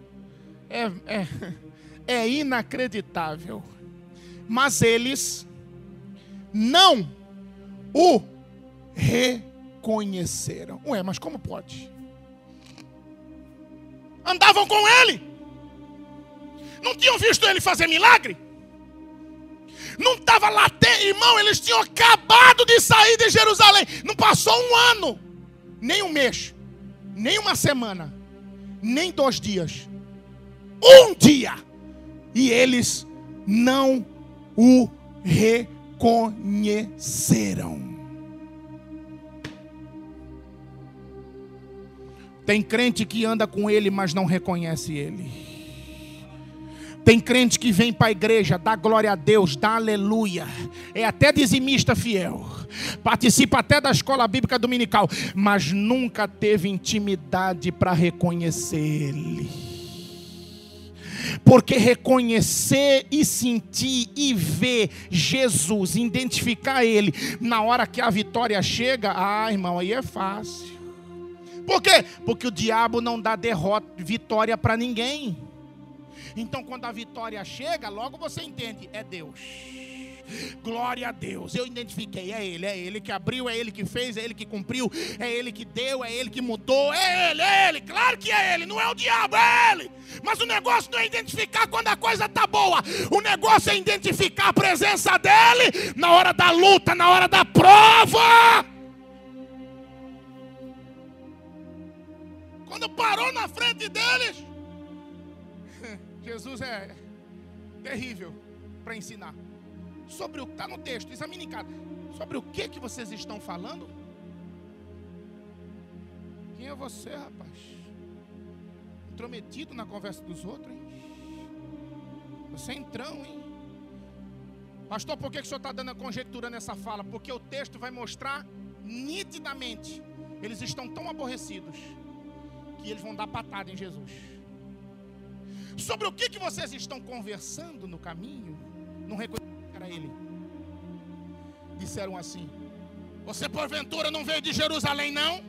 é inacreditável, mas eles não o reconheceram. Ué, mas como pode? Andavam com ele, não tinham visto ele fazer milagre, não estava lá, irmão, eles tinham acabado de sair de Jerusalém, não passou um ano, nem um mês, nem uma semana, nem 2 dias, um dia, e eles não o reconheceram. Tem crente que anda com ele, mas não reconhece ele. Tem crente que vem para a igreja, dá glória a Deus, dá aleluia, é até dizimista fiel, participa até da escola bíblica dominical, mas nunca teve intimidade para reconhecer ele. Porque reconhecer e sentir e ver Jesus, identificar Ele, na hora que a vitória chega, irmão, aí é fácil. Por quê? Porque o diabo não dá vitória para ninguém. Então quando a vitória chega, logo você entende, é Deus. Glória a Deus, eu identifiquei, é Ele que abriu, é Ele que fez, é Ele que cumpriu, é Ele que deu, é Ele que mudou, é Ele, claro que é Ele, não é o diabo, é Ele. Mas o negócio não é identificar quando a coisa está boa, o negócio é identificar a presença dEle na hora da luta, na hora da prova. Quando parou na frente deles, Jesus é terrível para ensinar. Sobre o que está no texto, examine em casa. Sobre o que vocês estão falando? Quem é você, rapaz? Intrometido na conversa dos outros, hein? Você é entrão, hein? Pastor, por que o senhor está dando a conjectura nessa fala? Porque o texto vai mostrar nitidamente. Eles estão tão aborrecidos que eles vão dar patada em Jesus. Sobre o que vocês estão conversando no caminho? Não reconheceram que era Ele. Disseram assim: você porventura não veio de Jerusalém, não?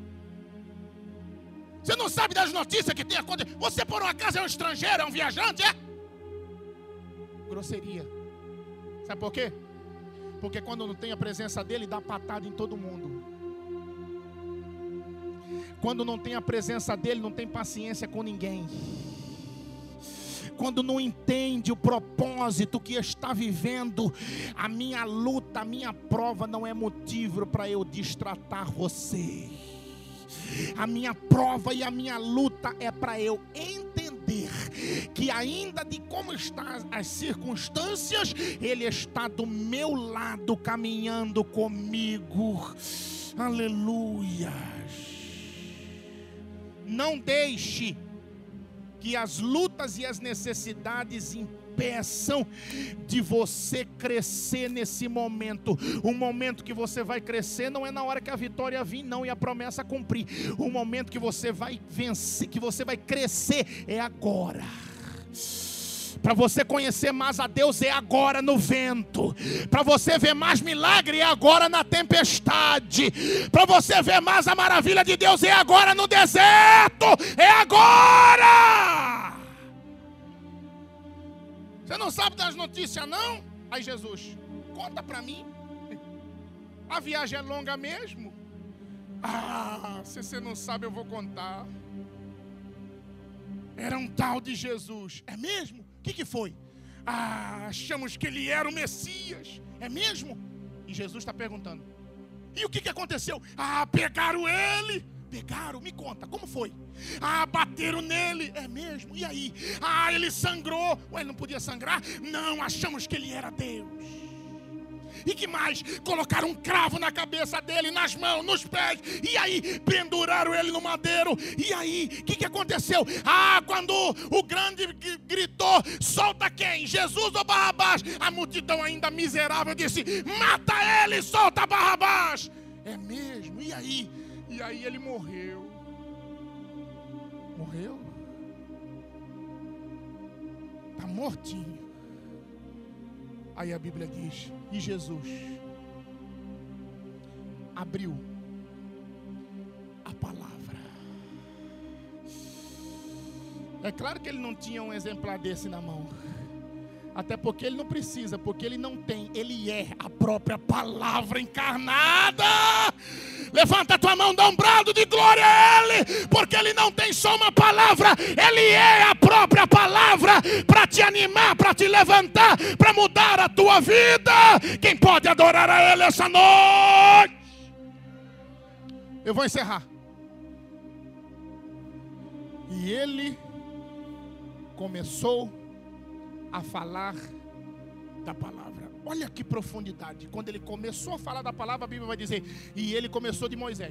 Você não sabe das notícias que tem acontecido? Você por um acaso é um estrangeiro, é um viajante, é? Grosseria. Sabe por quê? Porque quando não tem a presença dele, dá patada em todo mundo. Quando não tem a presença dele, não tem paciência com ninguém. Quando não entende o propósito que está vivendo, a minha luta, a minha prova não é motivo para eu destratar você. A minha prova e a minha luta é para eu entender que ainda de como estão as circunstâncias, Ele está do meu lado, caminhando comigo. Aleluia. Não deixe que as lutas e as necessidades impeçam de você crescer nesse momento. O momento que você vai crescer não é na hora que a vitória vir, não, e a promessa cumprir. O momento que você vai vencer, que você vai crescer, é agora. Para você conhecer mais a Deus é agora no vento. Para você ver mais milagre é agora na tempestade. Para você ver mais a maravilha de Deus é agora no deserto. É agora. Você não sabe das notícias, não? Aí Jesus, conta para mim. A viagem é longa mesmo? Se você não sabe, eu vou contar. Era um tal de Jesus. É mesmo? O que foi? Achamos que ele era o Messias. É mesmo? E Jesus está perguntando. E o que aconteceu? Pegaram ele. Pegaram? Me conta, como foi? Bateram nele. É mesmo? E aí? Ele sangrou. Ué, ele não podia sangrar? Não, achamos que ele era Deus. E que mais? Colocaram um cravo na cabeça dele, nas mãos, nos pés. E aí, penduraram ele no madeiro. E aí, o que aconteceu? Quando o grande gritou, solta quem? Jesus ou Barrabás? A multidão ainda miserável disse, mata ele, solta Barrabás. É mesmo? E aí? E aí ele morreu. Morreu? Está mortinho. Aí a Bíblia diz, e Jesus abriu a palavra. É claro que ele não tinha um exemplar desse na mão. Até porque ele não precisa, porque ele não tem. Ele é a própria palavra encarnada. Levanta a tua mão, dá um brado de glória a Ele, porque Ele não tem só uma palavra, Ele é a própria palavra para te animar, para te levantar, para mudar a tua vida. Quem pode adorar a Ele essa noite? Eu vou encerrar. E Ele começou a falar da palavra. Olha que profundidade. Quando ele começou a falar da palavra, a Bíblia vai dizer, e ele começou de Moisés.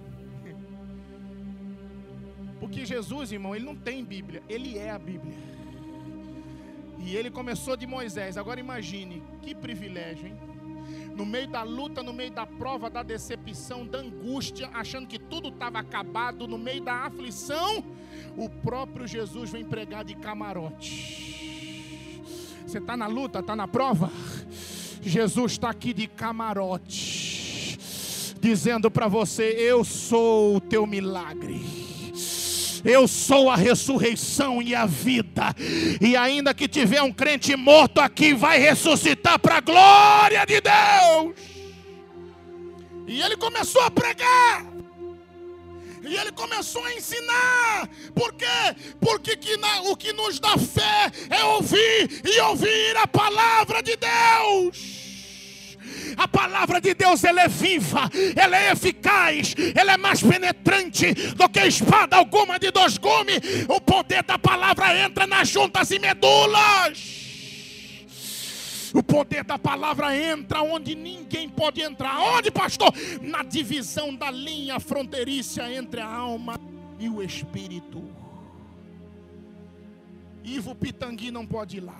Porque Jesus, irmão, ele não tem Bíblia, ele é a Bíblia. E ele começou de Moisés. Agora imagine, que privilégio, hein? No meio da luta, no meio da prova, da decepção, da angústia, achando que tudo estava acabado, no meio da aflição, o próprio Jesus vem pregar de camarote. Você está na luta, está na prova? Jesus está aqui de camarote, dizendo para você, eu sou o teu milagre. Eu sou a ressurreição e a vida. E ainda que tiver um crente morto aqui, vai ressuscitar para a glória de Deus. E ele começou a pregar. E ele começou a ensinar. Por quê? Porque o que nos dá fé é ouvir e ouvir a palavra de Deus. A palavra de Deus, ela é viva, ela é eficaz, ela é mais penetrante do que espada alguma de dois gumes. O poder da palavra entra nas juntas e medulas. O poder da palavra entra onde ninguém pode entrar. Onde, pastor? Na divisão da linha fronteiriça entre a alma e o espírito. Ivo Pitangui não pode ir lá.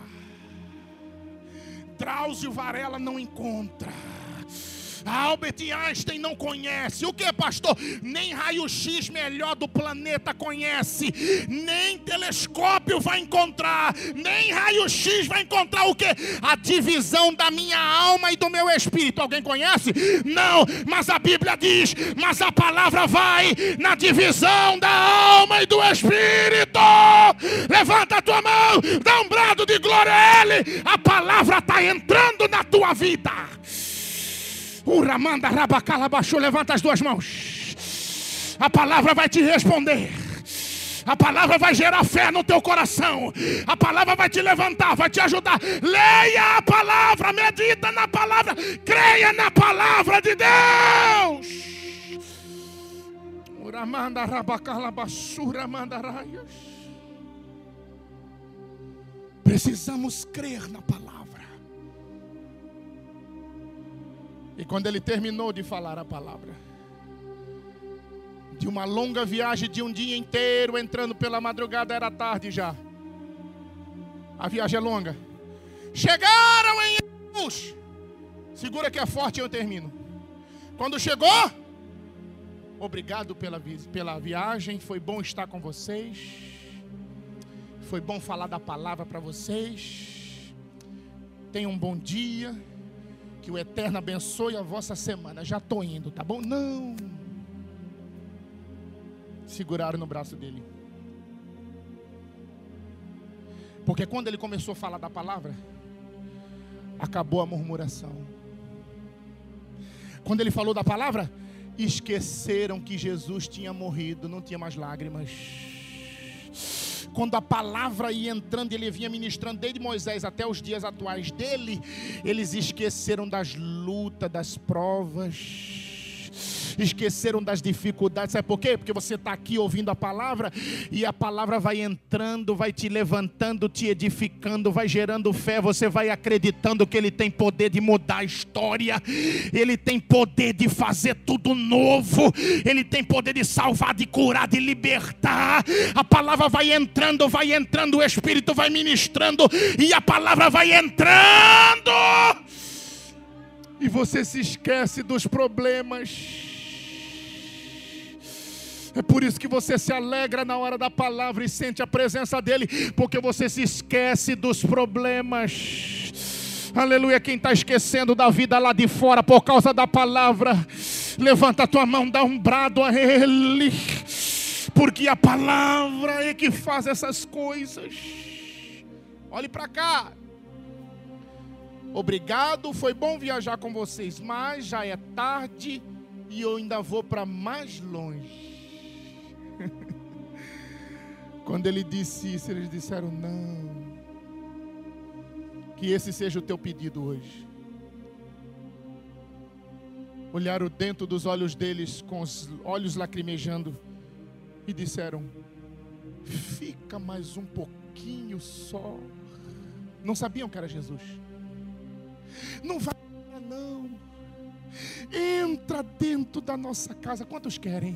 Drauzio Varela não encontra. Albert Einstein não conhece. O que, pastor? Nem raio-x melhor do planeta conhece. Nem telescópio vai encontrar. Nem raio-x vai encontrar o que? A divisão da minha alma e do meu espírito. Alguém conhece? Não, mas a Bíblia diz. Mas a palavra vai na divisão da alma e do espírito. Levanta a tua mão, dá um brado de glória a Ele. A palavra está entrando na tua vida. Uramanda rabacalabaxu, levanta as duas mãos. A palavra vai te responder. A palavra vai gerar fé no teu coração. A palavra vai te levantar, vai te ajudar. Leia a palavra, medita na palavra, creia na palavra de Deus. Uramanda rabacalabaxu, uramanda raias. Precisamos crer na palavra. E quando ele terminou de falar a palavra, de uma longa viagem de um dia inteiro, entrando pela madrugada, era tarde já. A viagem é longa. Chegaram em Emaús. Segura que é forte e eu termino. Quando chegou, obrigado pela viagem, foi bom estar com vocês. Foi bom falar da palavra para vocês. Tenham um bom dia. Que o Eterno abençoe a vossa semana. Já estou indo, tá bom? Não. Seguraram no braço dele. Porque quando ele começou a falar da palavra, acabou a murmuração. Quando ele falou da palavra, esqueceram que Jesus tinha morrido, não tinha mais lágrimas. Quando a palavra ia entrando, ele vinha ministrando desde Moisés até os dias atuais dele, eles esqueceram das lutas, das provas, esqueceram das dificuldades. Sabe por quê? Porque você está aqui ouvindo a palavra, e a palavra vai entrando, vai te levantando, te edificando, vai gerando fé. Você vai acreditando que Ele tem poder de mudar a história, Ele tem poder de fazer tudo novo, Ele tem poder de salvar, de curar, de libertar. A palavra vai entrando, o Espírito vai ministrando, e a palavra vai entrando, e você se esquece dos problemas. É por isso que você se alegra na hora da palavra e sente a presença dEle, porque você se esquece dos problemas. Aleluia. Quem está esquecendo da vida lá de fora por causa da palavra, levanta a tua mão, dá um brado a Ele, porque a palavra é que faz essas coisas. Olhe para cá. Obrigado, foi bom viajar com vocês, mas já é tarde e eu ainda vou para mais longe. Quando ele disse isso, eles disseram: não, que esse seja o teu pedido hoje. Olharam dentro dos olhos deles, com os olhos lacrimejando, e disseram: fica mais um pouquinho só. Não sabiam que era Jesus. Não vai não. Entra dentro da nossa casa. Quantos querem?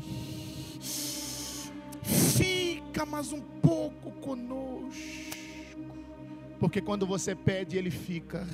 Fica mais um pouco conosco. Porque quando você pede, Ele fica.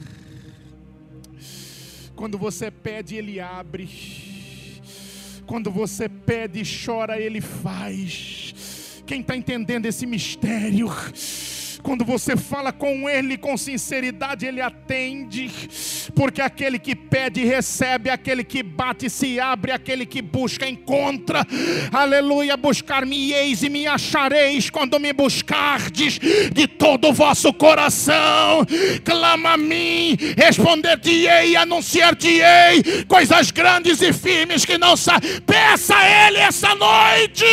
Quando você pede, Ele abre. Quando você pede e chora, Ele faz. Quem está entendendo esse mistério? Quando você fala com Ele com sinceridade, Ele atende. porque aquele que pede recebe, aquele que bate se abre, aquele que busca encontra. Aleluia, buscar-me-eis e me achareis quando me buscardes de todo o vosso coração. Clama a mim, responder-te-ei e anunciar-te-ei coisas grandes e firmes que não sabes. Peça a Ele essa noite.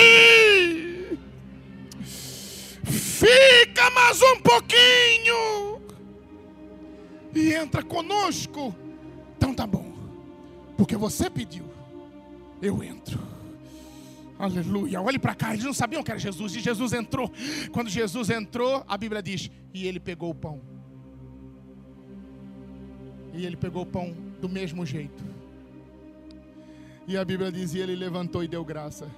Fica mais um pouquinho e entra conosco. Então tá bom, porque você pediu, eu entro. Aleluia, olhe para cá, eles não sabiam que era Jesus. E Jesus entrou. Quando Jesus entrou, a Bíblia diz, e ele pegou o pão. E ele pegou o pão do mesmo jeito. E a Bíblia diz, e ele levantou e deu graça.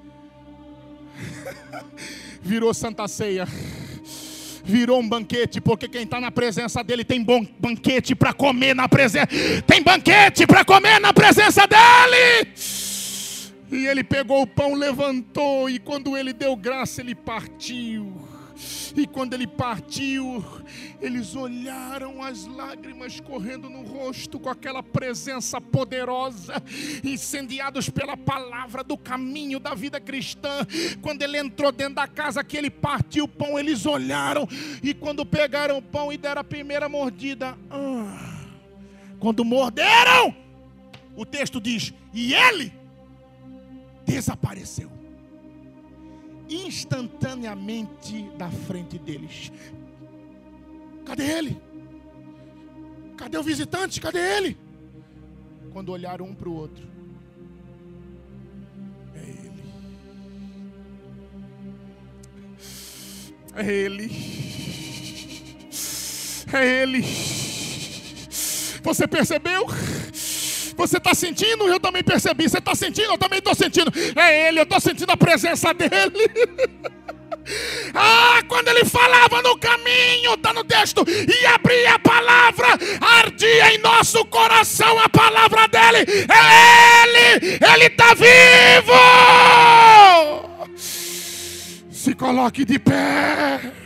Virou Santa Ceia. Virou um banquete, porque quem está na presença dele tem bom banquete para comer na presença. Tem banquete para comer na presença dele. E ele pegou o pão, levantou, e quando ele deu graça, ele partiu. E quando ele partiu, eles olharam as lágrimas correndo no rosto, com aquela presença poderosa, incendiados pela palavra do caminho da vida cristã. Quando ele entrou dentro da casa, que ele partiu o pão, eles olharam, e quando pegaram o pão e deram a primeira mordida, quando morderam, o texto diz, e ele desapareceu instantaneamente da frente deles. Cadê ele? Cadê o visitante? Cadê ele? Quando olharam um para o outro, é ele. É ele. É ele. Você percebeu? Você está sentindo? Eu também percebi. Você está sentindo? Eu também estou sentindo. É ele, eu estou sentindo a presença dele. Quando ele falava no caminho, está no texto, e abria a palavra, ardia em nosso coração a palavra dele. É ele está vivo. Se coloque de pé.